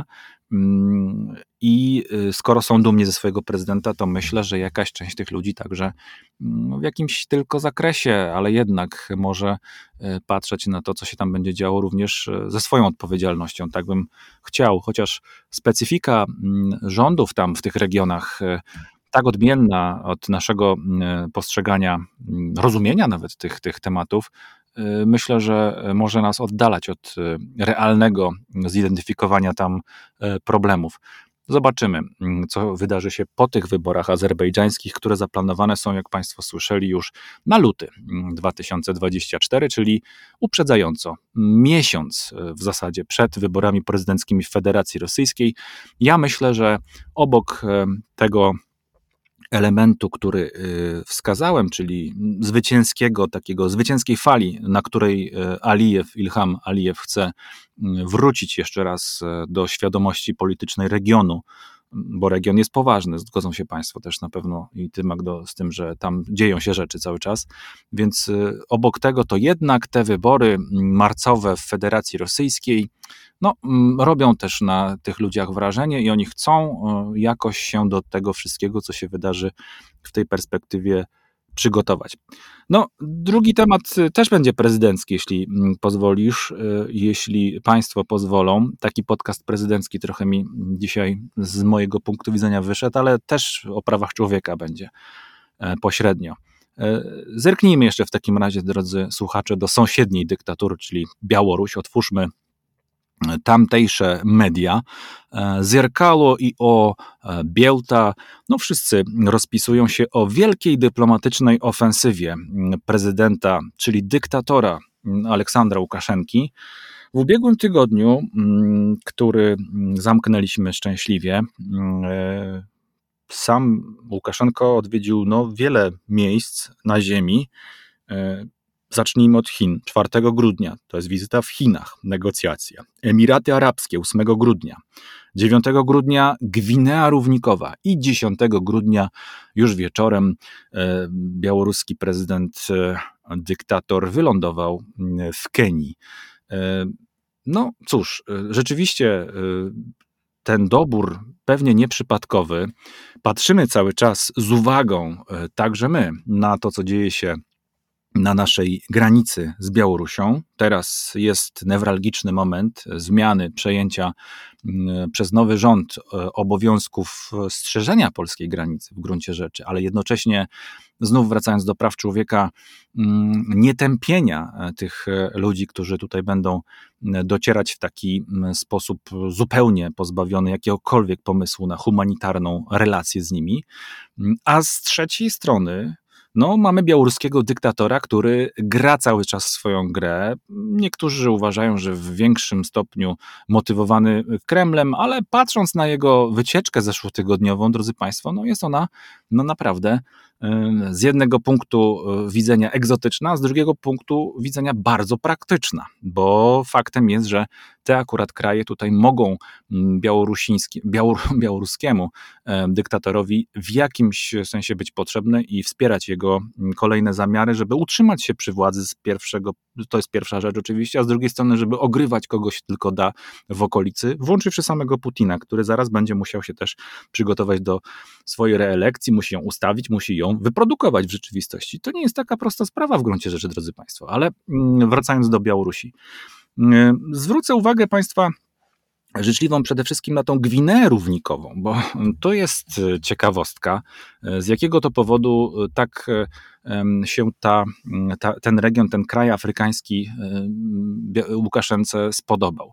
i skoro są dumni ze swojego prezydenta, to myślę, że jakaś część tych ludzi także w jakimś tylko zakresie, ale jednak może patrzeć na to, co się tam będzie działo również ze swoją odpowiedzialnością. Tak bym chciał, chociaż specyfika rządów tam w tych regionach tak odmienna od naszego postrzegania, rozumienia nawet tych tematów, myślę, że może nas oddalać od realnego zidentyfikowania tam problemów. Zobaczymy, co wydarzy się po tych wyborach azerbejdżańskich, które zaplanowane są, jak Państwo słyszeli, już na luty 2024, czyli uprzedzająco, miesiąc w zasadzie przed wyborami prezydenckimi w Federacji Rosyjskiej. Ja myślę, że obok tego elementu, który wskazałem, czyli zwycięskiej fali, na której Ilham Alijew chce wrócić jeszcze raz do świadomości politycznej regionu, bo region jest poważny, zgodzą się Państwo też na pewno i Ty, Magdo, z tym, że tam dzieją się rzeczy cały czas, więc obok tego to jednak te wybory marcowe w Federacji Rosyjskiej robią też na tych ludziach wrażenie i oni chcą jakoś się do tego wszystkiego, co się wydarzy w tej perspektywie przygotować. No, drugi temat też będzie prezydencki, jeśli pozwolisz, jeśli państwo pozwolą. Taki podcast prezydencki trochę mi dzisiaj z mojego punktu widzenia wyszedł, ale też o prawach człowieka będzie pośrednio. Zerknijmy jeszcze w takim razie, drodzy słuchacze, do sąsiedniej dyktatury, czyli Białoruś. Otwórzmy tamtejsze media. Zerkalo i Bielta, no wszyscy rozpisują się o wielkiej dyplomatycznej ofensywie prezydenta, czyli dyktatora Aleksandra Łukaszenki. W ubiegłym tygodniu, który zamknęliśmy szczęśliwie, sam Łukaszenko odwiedził wiele miejsc na ziemi. Zacznijmy od Chin. 4 grudnia to jest wizyta w Chinach, negocjacja. Emiraty Arabskie 8 grudnia. 9 grudnia Gwinea Równikowa i 10 grudnia już wieczorem białoruski prezydent, dyktator wylądował w Kenii. No cóż, rzeczywiście ten dobór pewnie nieprzypadkowy. Patrzymy cały czas z uwagą, także my, na to, co dzieje się na naszej granicy z Białorusią. Teraz jest newralgiczny moment zmiany, przejęcia przez nowy rząd obowiązków strzeżenia polskiej granicy w gruncie rzeczy, ale jednocześnie, znów wracając do praw człowieka, nietępienia tych ludzi, którzy tutaj będą docierać w taki sposób zupełnie pozbawiony jakiegokolwiek pomysłu na humanitarną relację z nimi. A z trzeciej strony mamy białoruskiego dyktatora, który gra cały czas swoją grę. Niektórzy uważają, że w większym stopniu motywowany Kremlem, ale patrząc na jego wycieczkę zeszłotygodniową, drodzy Państwo, jest ona naprawdę z jednego punktu widzenia egzotyczna, a z drugiego punktu widzenia bardzo praktyczna, bo faktem jest, że te akurat kraje tutaj mogą białoruskiemu dyktatorowi w jakimś sensie być potrzebne i wspierać jego kolejne zamiary, żeby utrzymać się przy władzy to jest pierwsza rzecz oczywiście, a z drugiej strony, żeby ogrywać kogoś tylko da w okolicy, włączywszy samego Putina, który zaraz będzie musiał się też przygotować do swojej reelekcji, musi ją ustawić, musi ją wyprodukować w rzeczywistości. To nie jest taka prosta sprawa w gruncie rzeczy, drodzy Państwo, ale wracając do Białorusi. Zwrócę uwagę Państwa życzliwą przede wszystkim na tą Gwineę Równikową, bo to jest ciekawostka, z jakiego to powodu tak się ten region, ten kraj afrykański Łukaszence spodobał.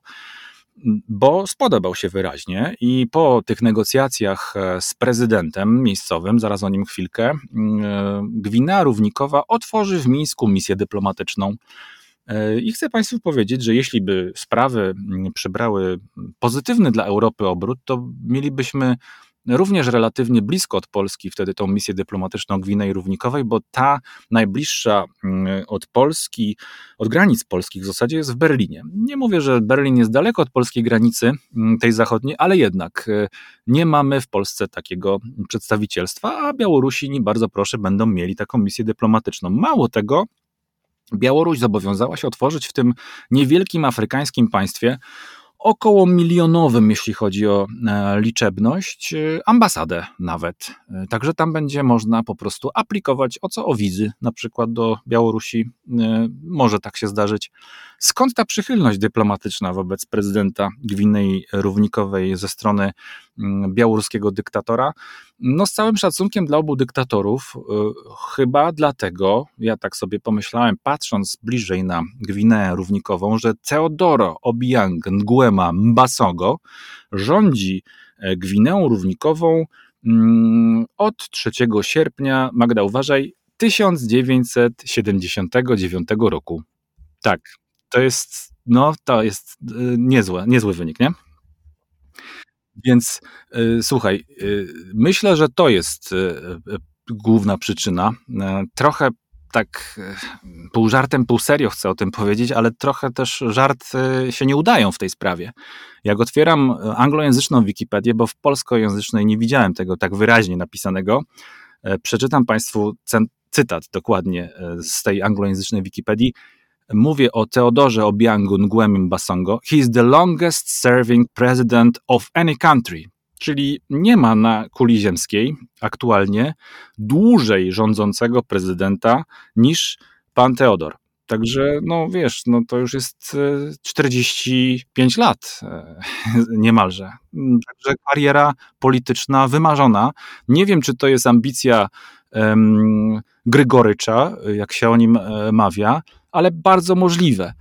Bo spodobał się wyraźnie i po tych negocjacjach z prezydentem miejscowym, zaraz o nim chwilkę, Gwinea Równikowa otworzy w Mińsku misję dyplomatyczną. I chcę Państwu powiedzieć, że jeśli by sprawy przybrały pozytywny dla Europy obrót, to mielibyśmy również relatywnie blisko od Polski wtedy tą misję dyplomatyczną Gwinei Równikowej, bo ta najbliższa od Polski, od granic polskich w zasadzie jest w Berlinie. Nie mówię, że Berlin jest daleko od polskiej granicy, tej zachodniej, ale jednak nie mamy w Polsce takiego przedstawicielstwa, a Białorusini, bardzo proszę, będą mieli taką misję dyplomatyczną. Mało tego, Białoruś zobowiązała się otworzyć w tym niewielkim afrykańskim państwie, około milionowym, jeśli chodzi o liczebność, ambasadę nawet. Także tam będzie można po prostu aplikować o wizy, na przykład do Białorusi. Może tak się zdarzyć. Skąd ta przychylność dyplomatyczna wobec prezydenta Gwinei Równikowej ze strony białoruskiego dyktatora? Z całym szacunkiem dla obu dyktatorów, chyba dlatego, ja tak sobie pomyślałem, patrząc bliżej na Gwineę Równikową, że Teodoro Obiang Nguema Mbasogo rządzi Gwineą Równikową od 3 sierpnia, Magda uważaj, 1979 roku. Tak, to jest niezły wynik, nie? Więc słuchaj, myślę, że to jest główna przyczyna. Trochę tak pół żartem, pół serio chcę o tym powiedzieć, ale trochę też żart się nie udają w tej sprawie. Jak otwieram anglojęzyczną Wikipedię, bo w polskojęzycznej nie widziałem tego tak wyraźnie napisanego, przeczytam Państwu cytat dokładnie z tej anglojęzycznej Wikipedii. Mówię o Teodorze Obiangu Nguemie Mbasongo. He is the longest serving president of any country. Czyli nie ma na kuli ziemskiej aktualnie dłużej rządzącego prezydenta niż pan Teodor. Także, no wiesz, no to już jest 45 lat niemalże. Także kariera polityczna wymarzona. Nie wiem, czy to jest ambicja Grygorycza, jak się o nim mawia, ale bardzo możliwe.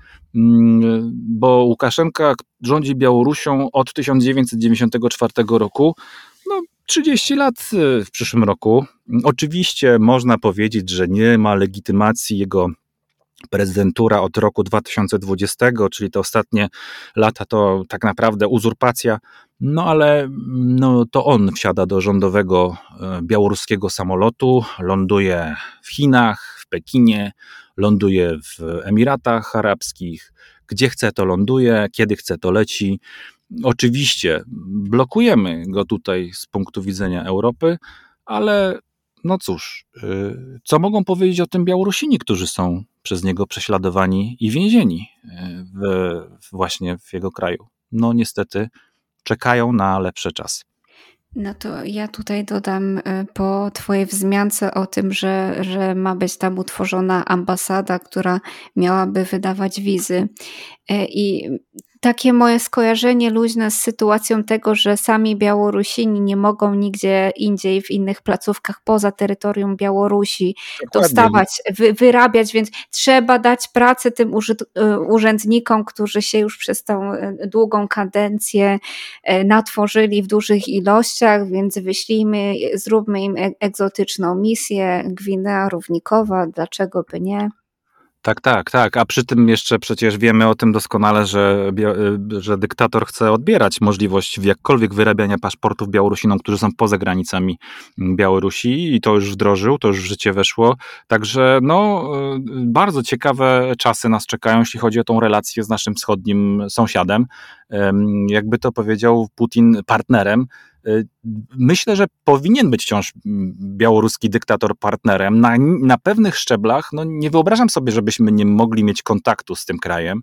Bo Łukaszenka rządzi Białorusią od 1994 roku, no 30 lat w przyszłym roku. Oczywiście można powiedzieć, że nie ma legitymacji jego prezydentura od roku 2020, czyli te ostatnie lata to tak naprawdę uzurpacja, no ale no, to on wsiada do rządowego białoruskiego samolotu, ląduje w Chinach, w Pekinie, ląduje w Emiratach Arabskich, gdzie chce to ląduje, kiedy chce to leci. Oczywiście blokujemy go tutaj z punktu widzenia Europy, ale no cóż, co mogą powiedzieć o tym Białorusini, którzy są przez niego prześladowani i więzieni właśnie w jego kraju? No niestety czekają na lepsze czasy. No to ja tutaj dodam po twojej wzmiance o tym, że ma być tam utworzona ambasada, która miałaby wydawać wizy. I takie moje skojarzenie luźne z sytuacją tego, że sami Białorusini nie mogą nigdzie indziej w innych placówkach poza terytorium Białorusi dostawać, wyrabiać, więc trzeba dać pracę tym urzędnikom, którzy się już przez tą długą kadencję natworzyli w dużych ilościach, więc wyślijmy, zróbmy im egzotyczną misję, Gwinea Równikowa, dlaczego by nie? Tak. A przy tym jeszcze przecież wiemy o tym doskonale, że dyktator chce odbierać możliwość jakkolwiek wyrabiania paszportów Białorusinom, którzy są poza granicami Białorusi i to już wdrożył, to już w życie weszło. Także no, bardzo ciekawe czasy nas czekają, jeśli chodzi o tą relację z naszym wschodnim sąsiadem. Jakby to powiedział Putin, partnerem. Myślę, że powinien być wciąż białoruski dyktator partnerem. Na pewnych szczeblach no nie wyobrażam sobie, żebyśmy nie mogli mieć kontaktu z tym krajem,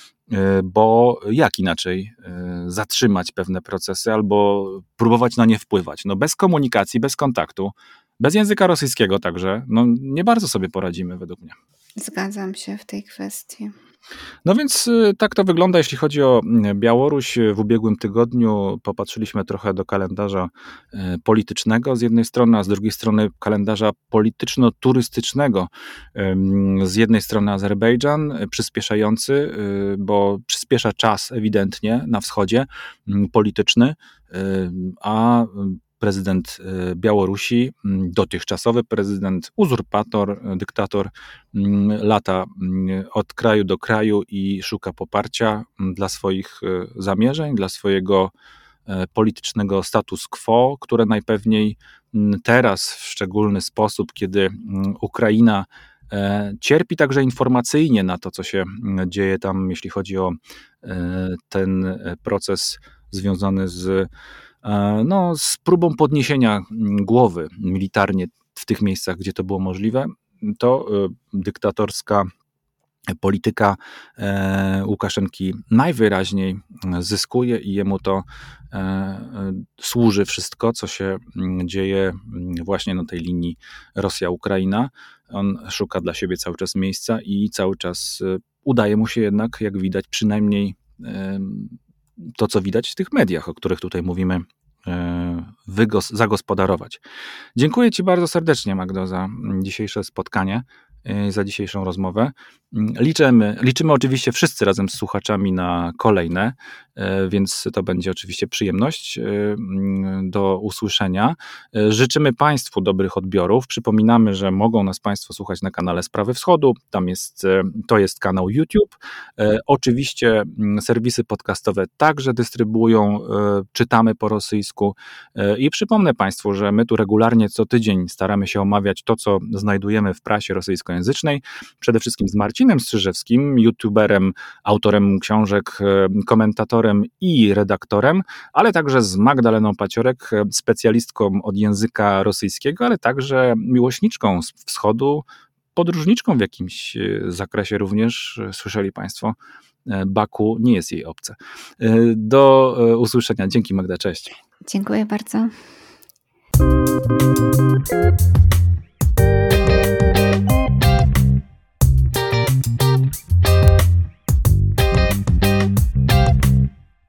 bo jak inaczej zatrzymać pewne procesy albo próbować na nie wpływać? No bez komunikacji, bez kontaktu, bez języka rosyjskiego także, no nie bardzo sobie poradzimy według mnie. Zgadzam się w tej kwestii. No więc tak to wygląda, jeśli chodzi o Białoruś. W ubiegłym tygodniu popatrzyliśmy trochę do kalendarza politycznego z jednej strony, a z drugiej strony kalendarza polityczno-turystycznego. Z jednej strony Azerbejdżan przyspieszający, bo przyspiesza czas ewidentnie na wschodzie polityczny, a prezydent Białorusi, dotychczasowy prezydent, uzurpator, dyktator, lata od kraju do kraju i szuka poparcia dla swoich zamierzeń, dla swojego politycznego status quo, które najpewniej teraz w szczególny sposób, kiedy Ukraina cierpi także informacyjnie na to, co się dzieje tam, jeśli chodzi o ten proces związany z próbą podniesienia głowy militarnie w tych miejscach, gdzie to było możliwe, to dyktatorska polityka Łukaszenki najwyraźniej zyskuje i jemu to służy wszystko, co się dzieje właśnie na tej linii Rosja-Ukraina. On szuka dla siebie cały czas miejsca i cały czas udaje mu się jednak, jak widać, przynajmniej to, co widać w tych mediach, o których tutaj mówimy, zagospodarować. Dziękuję Ci bardzo serdecznie, Magdo, za dzisiejsze spotkanie, za dzisiejszą rozmowę. Liczymy oczywiście wszyscy razem z słuchaczami na kolejne, więc to będzie oczywiście przyjemność do usłyszenia. Życzymy Państwu dobrych odbiorów. Przypominamy, że mogą nas Państwo słuchać na kanale Sprawy Wschodu. To jest kanał YouTube. Oczywiście serwisy podcastowe także dystrybuują Czytamy po rosyjsku. I przypomnę Państwu, że my tu regularnie co tydzień staramy się omawiać to, co znajdujemy w prasie rosyjskojęzycznej. Przede wszystkim z Marcinem Strzyżewskim, youtuberem, autorem książek, komentatorem i redaktorem, ale także z Magdaleną Paciorek, specjalistką od języka rosyjskiego, ale także miłośniczką z wschodu, podróżniczką w jakimś zakresie również, słyszeli Państwo, Baku nie jest jej obce. Do usłyszenia. Dzięki, Magda, cześć. Dziękuję bardzo.